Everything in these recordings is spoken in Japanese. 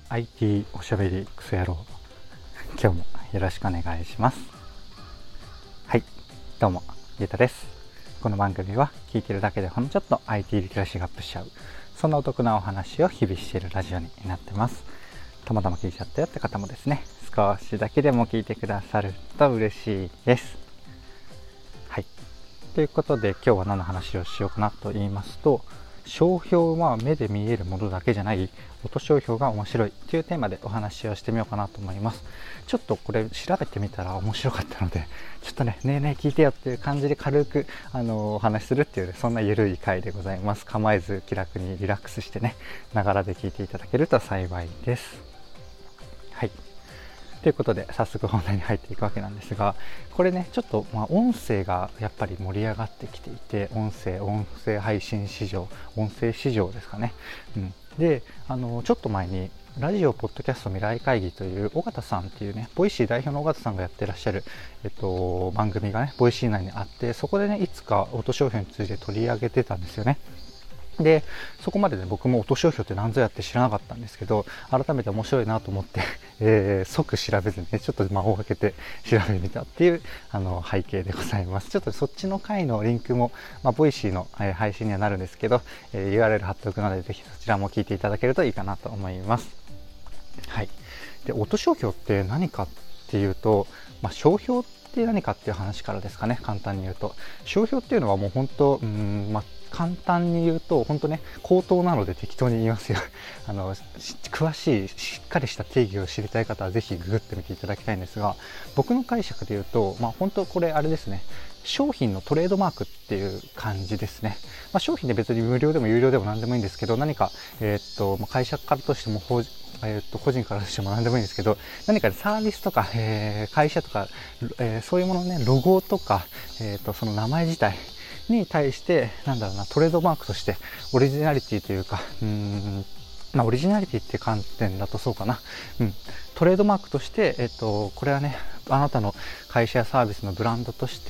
IT おしゃべりクソ野郎、今日もよろしくお願いします。はい、どうもゆうたです。この番組は聞いてるだけでほんのちょっと IT リテラシーがアップしちゃう、そんなお得なお話を日々しているラジオになってます。たまたま聞いちゃったよって方もですね、少しだけでも聞いてくださると嬉しいです。はい、ということで今日は何の話をしようかなと言いますと、商標は目で見えるものだけじゃない音商標が面白いというテーマでお話をしてみようかなと思います。ちょっとこれ調べてみたら面白かったので、ちょっとねえ聞いてよっていう感じで軽くお話しするっていう、そんなゆるい回でございます。構えず気楽にリラックスしてね、ながらで聞いていただけると幸いです。はい、ということで早速本題に入っていくわけなんですが、これねちょっと音声がやっぱり盛り上がってきていて、音声配信市場、音声市場ですかね、でちょっと前にラジオポッドキャスト未来会議という尾形さんっていうね、ボイシー代表の尾形さんがやってらっしゃる、番組がねボイシー内にあって、そこでねいつか音商標について取り上げてたんですよね。でそこまでね僕も音商標って何ぞやって知らなかったんですけど、改めて面白いなと思って即調べずにね、ちょっと間を空けて調べてみたっていう背景でございます。ちょっとそっちの回のリンクも、ボイシーの配信にはなるんですけど、URL 貼っておくので、ぜひそちらも聞いていただけるといいかなと思います。はい、で音商標って何かっていうと、商標って何かっていう話からですかね。簡単に言うと、商標っていうのはもう本当簡単に言うと本当ね、口頭なので適当に言いますよ。詳しいしっかりした定義を知りたい方はぜひググってみていただきたいんですが、僕の解釈で言うと、本当これあれですね、商品のトレードマークっていう感じですね。商品で別に無料でも有料でも何でもいいんですけど、何か、会社からとしても個人からとしても何でもいいんですけど、何かサービスとか、会社とか、そういうものね、ロゴとか、その名前自体に対してトレードマークとしてオリジナリティというか、オリジナリティっていう観点だとそうかな、トレードマークとして、これはねあなたの会社やサービスのブランドとして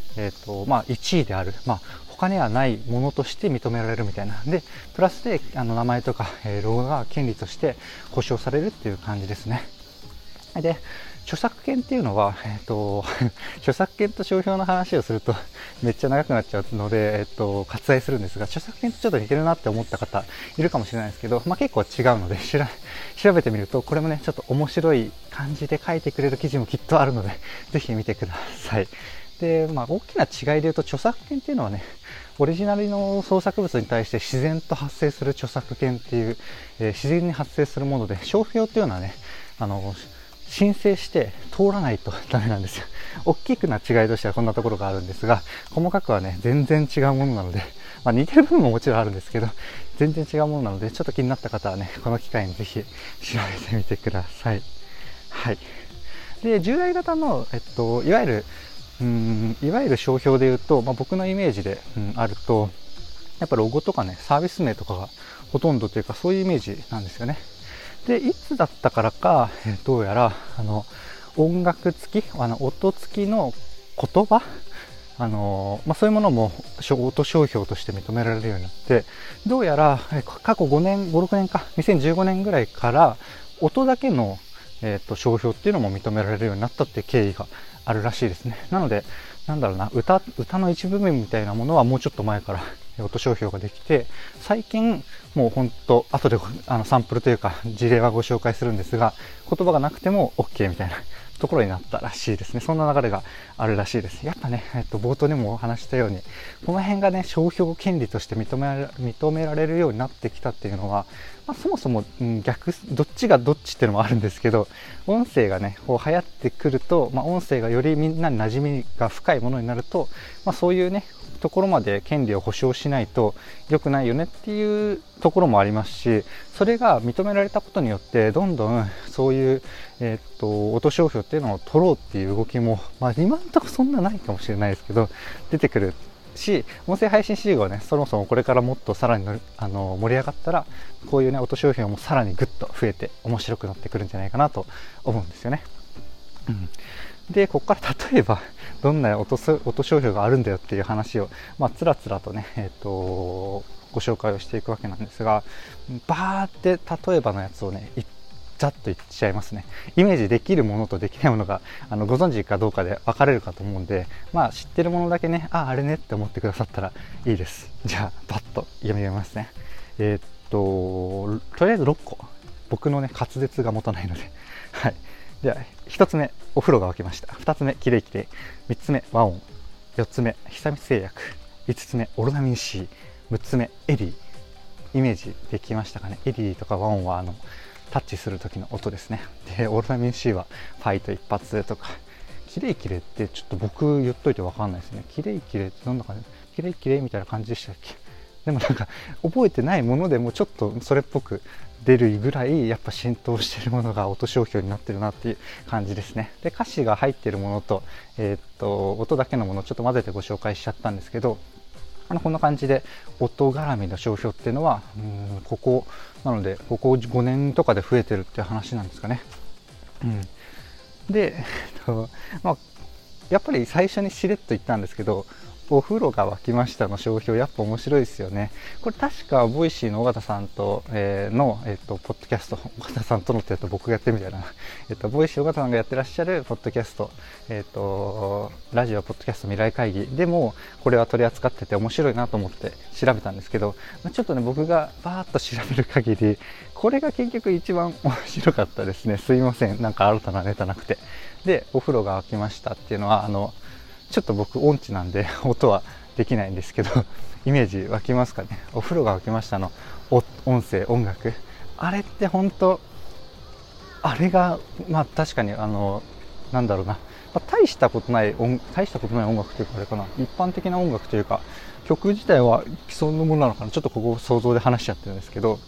、1位である、他にはないものとして認められるみたいなで、プラスで名前とか、ロゴが権利として保証されるっていう感じですね。で著作権っていうのは、著作権と商標の話をするとめっちゃ長くなっちゃうので、割愛するんですが、著作権とちょっと似てるなって思った方いるかもしれないですけど、結構違うので調べてみると、これもねちょっと面白い感じで書いてくれる記事もきっとあるので、ぜひ見てください。で、大きな違いで言うと、著作権っていうのはね、オリジナルの創作物に対して自然と発生する著作権っていう、自然に発生するもので、商標っていうのはね、申請して通らないとダメなんですよ。大きくな違いとしてはこんなところがあるんですが、細かくはね全然違うものなので、似てる部分ももちろんあるんですけど、全然違うものなので、ちょっと気になった方はね、この機会にぜひ調べてみてください。はい。で、従来型の、いわゆる商標でいうと、僕のイメージで、あると、やっぱロゴとかね、サービス名とかがほとんどというか、そういうイメージなんですよね。でいつだったからか、どうやら音楽付き、音付きの言葉、そういうものも音商標として認められるようになって、どうやら過去5年5、6年か、2015年ぐらいから音だけの、商標っていうのも認められるようになったっていう経緯があるらしいですね。なので歌の一部分みたいなものはもうちょっと前から音商標ができて、最近もう本当後でサンプルというか事例はご紹介するんですが、言葉がなくても OK みたいなところになったらしいですね。そんな流れがあるらしいです。やっぱね、冒頭でもお話したように、この辺がね商標権利として認められるようになってきたっていうのは、そもそも、どっちがどっちっていうのもあるんですけど、音声がねこう流行ってくると、音声がよりみんなに馴染みが深いものになると、そういうねところまで権利を保障しないと良くないよねっていうところもありますし、それが認められたことによってどんどんそういう、音商標っていうのを取ろうっていう動きも、今のところそんなないかもしれないですけど出てくるし、音声配信市場がねそもそもこれからもっとさらに盛り上がったら、こういうね音商標もさらにぐっと増えて面白くなってくるんじゃないかなと思うんですよね。でここから例えばどんな音商標があるんだよっていう話を、つらつらとね、ご紹介をしていくわけなんですが、バーって例えばのやつをね言っざっと言っちゃいますね。イメージできるものとできないものがご存知かどうかで分かれるかと思うんで、知ってるものだけね、あれねって思ってくださったらいいです。じゃあバッと読みますね。とりあえず6個、僕のね滑舌が持たないのではい。では1つ目、お風呂が沸きました。2つ目、きれいきれい。3つ目、和音。4つ目、久光製薬。5つ目、オロナミン C。6つ目、エリー。イメージできましたかね。エリーとか和音はタッチする時の音ですね。でオロナミン C はファイト一発とか。きれいきれいってちょっと僕言っといて分かんないですね。きれいきれいってなんだかね、きれいきれいみたいな感じでしたっけ。でもなんか覚えてないものでもちょっとそれっぽく出るぐらいやっぱ浸透しているものが音商標になってるなっていう感じですね。で歌詞が入っているものと、音だけのものをちょっと混ぜてご紹介しちゃったんですけど、こんな感じで音絡みの商標っていうのはここなのでここ5年とかで増えてるっていう話なんですかね。で、やっぱり最初にしれっと言ったんですけど、お風呂が沸きましたの商標やっぱ面白いですよね。これ確かボイシーの尾形さんと、の、ポッドキャスト、尾形さんとのって僕がやってるみたいな、ボイシー尾形さんがやってらっしゃるポッドキャスト、ラジオポッドキャスト未来会議でもこれは取り扱ってて面白いなと思って調べたんですけど、ちょっとね僕がバーッと調べる限りこれが結局一番面白かったですね。すいません、なんか新たなネタなくて。でお風呂が沸きましたっていうのはちょっと僕音痴なんで音はできないんですけどイメージ湧きますかね。お風呂が沸きましたの音声音楽、あれって本当あれが確かになんだろうな、大したことない音楽というかあれかな、一般的な音楽というか曲自体は既存のものなのかな、ちょっとここ想像で話しちゃってるんですけど、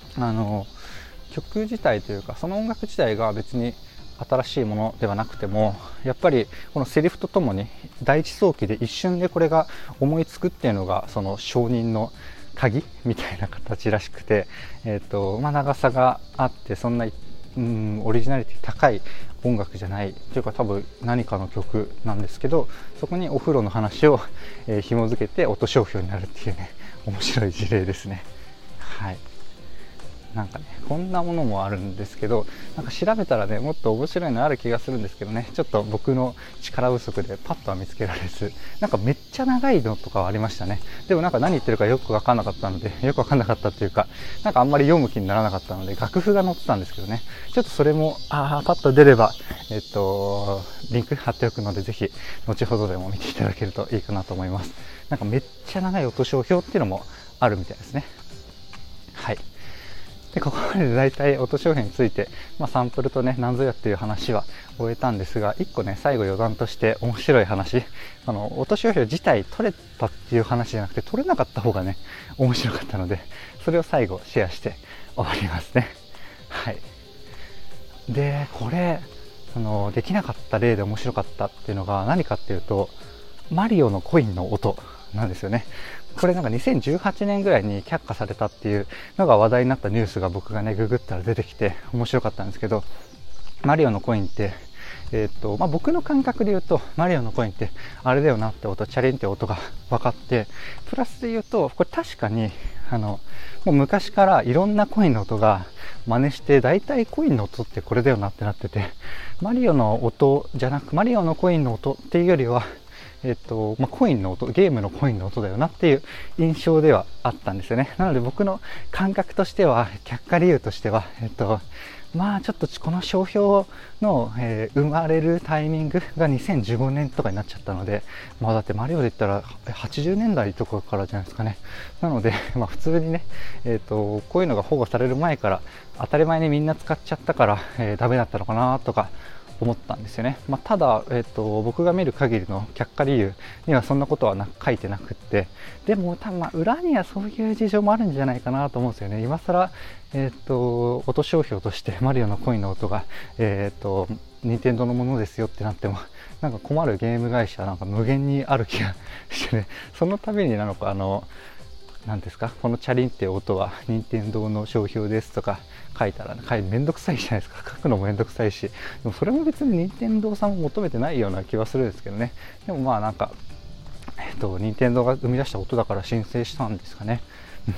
曲自体というかその音楽自体が別に新しいものではなくてもやっぱりこのセリフとともに第一層期で一瞬でこれが思いつくっていうのがその承認の鍵みたいな形らしくて、長さがあってそんなオリジナリティ高い音楽じゃないというか多分何かの曲なんですけど、そこにお風呂の話を、紐付けて音商標になるっていうね面白い事例ですね。はい。なんかねこんなものもあるんですけど、なんか調べたらねもっと面白いのある気がするんですけどね、ちょっと僕の力不足でパッとは見つけられず、なんかめっちゃ長いのとかはありましたね。でもなんか何言ってるかよく分かんなかったので、よく分かんなかったっていうかなんかあんまり読む気にならなかったので楽譜が載ってたんですけどね、ちょっとそれもパッと出ればリンク貼っておくのでぜひ後ほどでも見ていただけるといいかなと思います。なんかめっちゃ長い音商標っていうのもあるみたいですね。はい。でここまで大体音商標について、サンプルとね何ぞやっていう話は終えたんですが、1個ね最後余談として面白い話、音商標自体取れたっていう話じゃなくて取れなかった方がね面白かったので、それを最後シェアして終わりますね。はい。でこれできなかった例で面白かったっていうのが何かっていうと、マリオのコインの音なんですよね。これなんか2018年ぐらいに却下されたっていうのが話題になったニュースが僕がねググったら出てきて面白かったんですけど、マリオのコインって僕の感覚で言うとマリオのコインってあれだよなって音、チャリンって音が分かって、プラスで言うとこれ確かにもう昔からいろんなコインの音が真似して大体コインの音ってこれだよなってなってて、マリオの音じゃなくマリオのコインの音っていうよりはコインの音、ゲームのコインの音だよなっていう印象ではあったんですよね。なので僕の感覚としては、却下理由としては、ちょっとこの商標の、生まれるタイミングが2015年とかになっちゃったので、だってマリオで言ったら80年代とかからじゃないですかね。なので、普通にね、こういうのが保護される前から当たり前にみんな使っちゃったから、ダメだったのかなとか思ったんですよね。ただ、僕が見る限りの却下理由にはそんなことは書いてなくって、でも多分裏にはそういう事情もあるんじゃないかなと思うんですよね。今更、音商標としてマリオのコインの音が、任天堂のものですよってなってもなんか困るゲーム会社なんか無限にある気がしてね、そのためになのかなんですか、このチャリンっていう音は任天堂の商標ですとか書いたらめんどくさいじゃないですか。書くのもめんどくさいし、でもそれも別に任天堂さんも求めてないような気はするんですけどね。でもなんか任天堂が生み出した音だから申請したんですかね。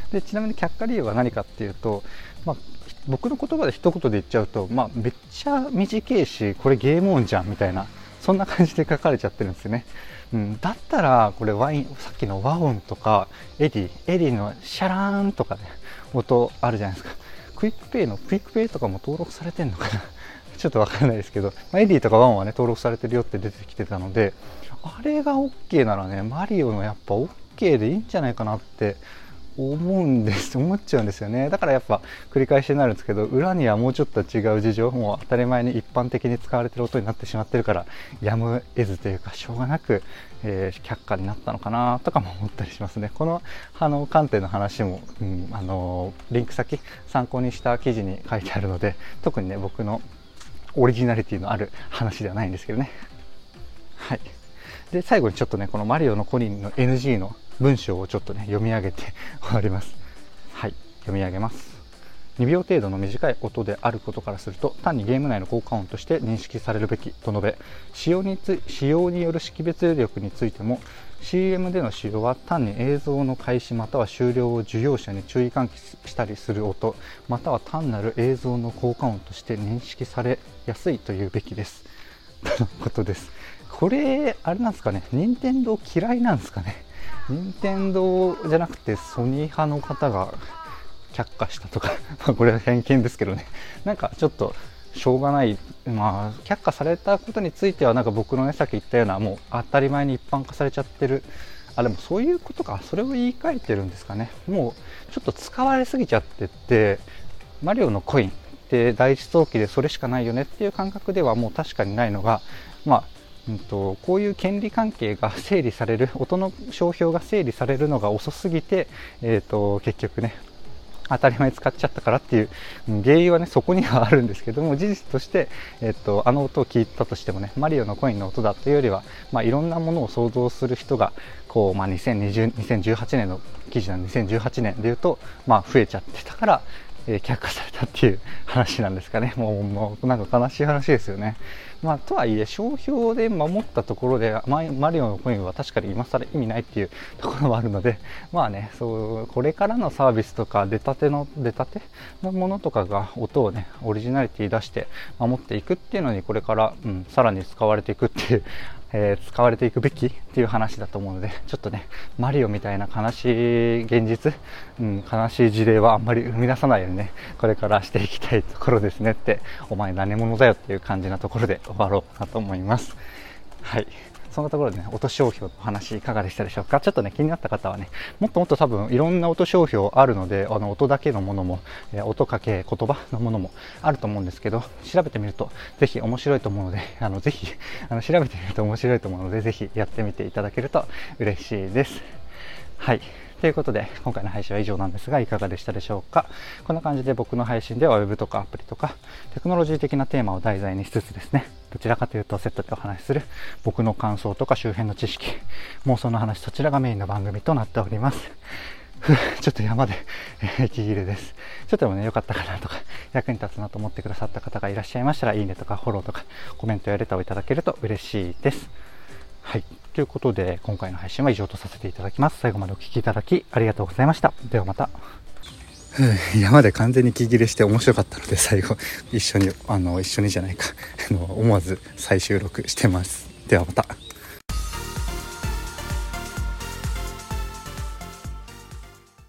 でちなみに却下理由は何かっていうと、僕の言葉で一言で言っちゃうと、めっちゃ短いしこれゲームオンじゃんみたいな、そんな感じで書かれちゃってるんですよね。だったらこれさっきの和音とかエディのシャラーンとかね音あるじゃないですか。クイックペイとかも登録されてんのかなちょっとわからないですけど、エディとかワンはね登録されてるよって出てきてたので、あれが OK ならねマリオのやっぱ OK でいいんじゃないかなって思っちゃうんですよね。だからやっぱ繰り返しになるんですけど、裏にはもうちょっと違う事情、もう当たり前に一般的に使われている音になってしまってるから、やむ得ずというかしょうがなく、却下になったのかなとかも思ったりしますね。この観点の話も、リンク先参考にした記事に書いてあるので、特にね僕のオリジナリティのある話ではないんですけどね。はい。で最後にちょっとねこのマリオのコニーの NG の文章をちょっとね読み上げて終わります。はい、読み上げます。2秒程度の短い音であることからすると単にゲーム内の効果音として認識されるべきと述べ、使用による識別力についても CM での使用は単に映像の開始または終了を受容者に注意喚起したりする音または単なる映像の効果音として認識されやすいというべきですとのことです。これあれなんですかね、任天堂嫌いなんですかね。任天堂じゃなくてソニー派の方が却下したとかこれは偏見ですけどね、なんかちょっとしょうがない、却下されたことについてはなんか僕のねさっき言ったようなもう当たり前に一般化されちゃってる、でもそういうことか、それを言い換えてるんですかね。もうちょっと使われすぎちゃってって、マリオのコインって第一早期でそれしかないよねっていう感覚ではもう確かにないのが、こういう権利関係が整理される、音の商標が整理されるのが遅すぎて、結局ね当たり前使っちゃったからっていう原因はねそこにはあるんですけども、事実として、あの音を聞いたとしてもねマリオのコインの音だというよりは、いろんなものを想像する人がこう、2018年の記事なんで2018年でいうと、増えちゃってたから却下されたっていう話なんですかね。もうなんか悲しい話ですよね。とはいえ商標で守ったところでマリオのコインは確かに今更意味ないっていうところもあるので、これからのサービスとか出たてのものとかが音をねオリジナリティ出して守っていくっていうのにこれから、さらに使われていくっていう使われていくべきっていう話だと思うので、ちょっとねマリオみたいな悲しい現実、悲しい事例はあんまり生み出さないようにねこれからしていきたいところですねって、お前何者だよっていう感じなところで終わろうかと思います。はい、そんなところでね音商標の話いかがでしたでしょうか。ちょっとね気になった方はねもっと多分いろんな音商標あるので、音だけのものも音かけ言葉のものもあると思うんですけど、調べてみるとぜひ面白いと思うのでぜひ調べてみると面白いと思うのでぜひやってみていただけると嬉しいです。はい、ということで今回の配信は以上なんですがいかがでしたでしょうか。こんな感じで僕の配信では Web とかアプリとかテクノロジー的なテーマを題材にしつつですね、どちらかというとセットでお話しする僕の感想とか周辺の知識、妄想の話、そちらがメインの番組となっております。ちょっと山で息切れです。ちょっとでもね良かったかなとか役に立つなと思ってくださった方がいらっしゃいましたらいいねとかフォローとかコメントやレターをいただけると嬉しいです。はい、ということで今回の配信は以上とさせていただきます。最後までお聞きいただきありがとうございました。ではまた。山で完全に息切れして面白かったので最後一緒にじゃないか思わず再収録してます。ではまた。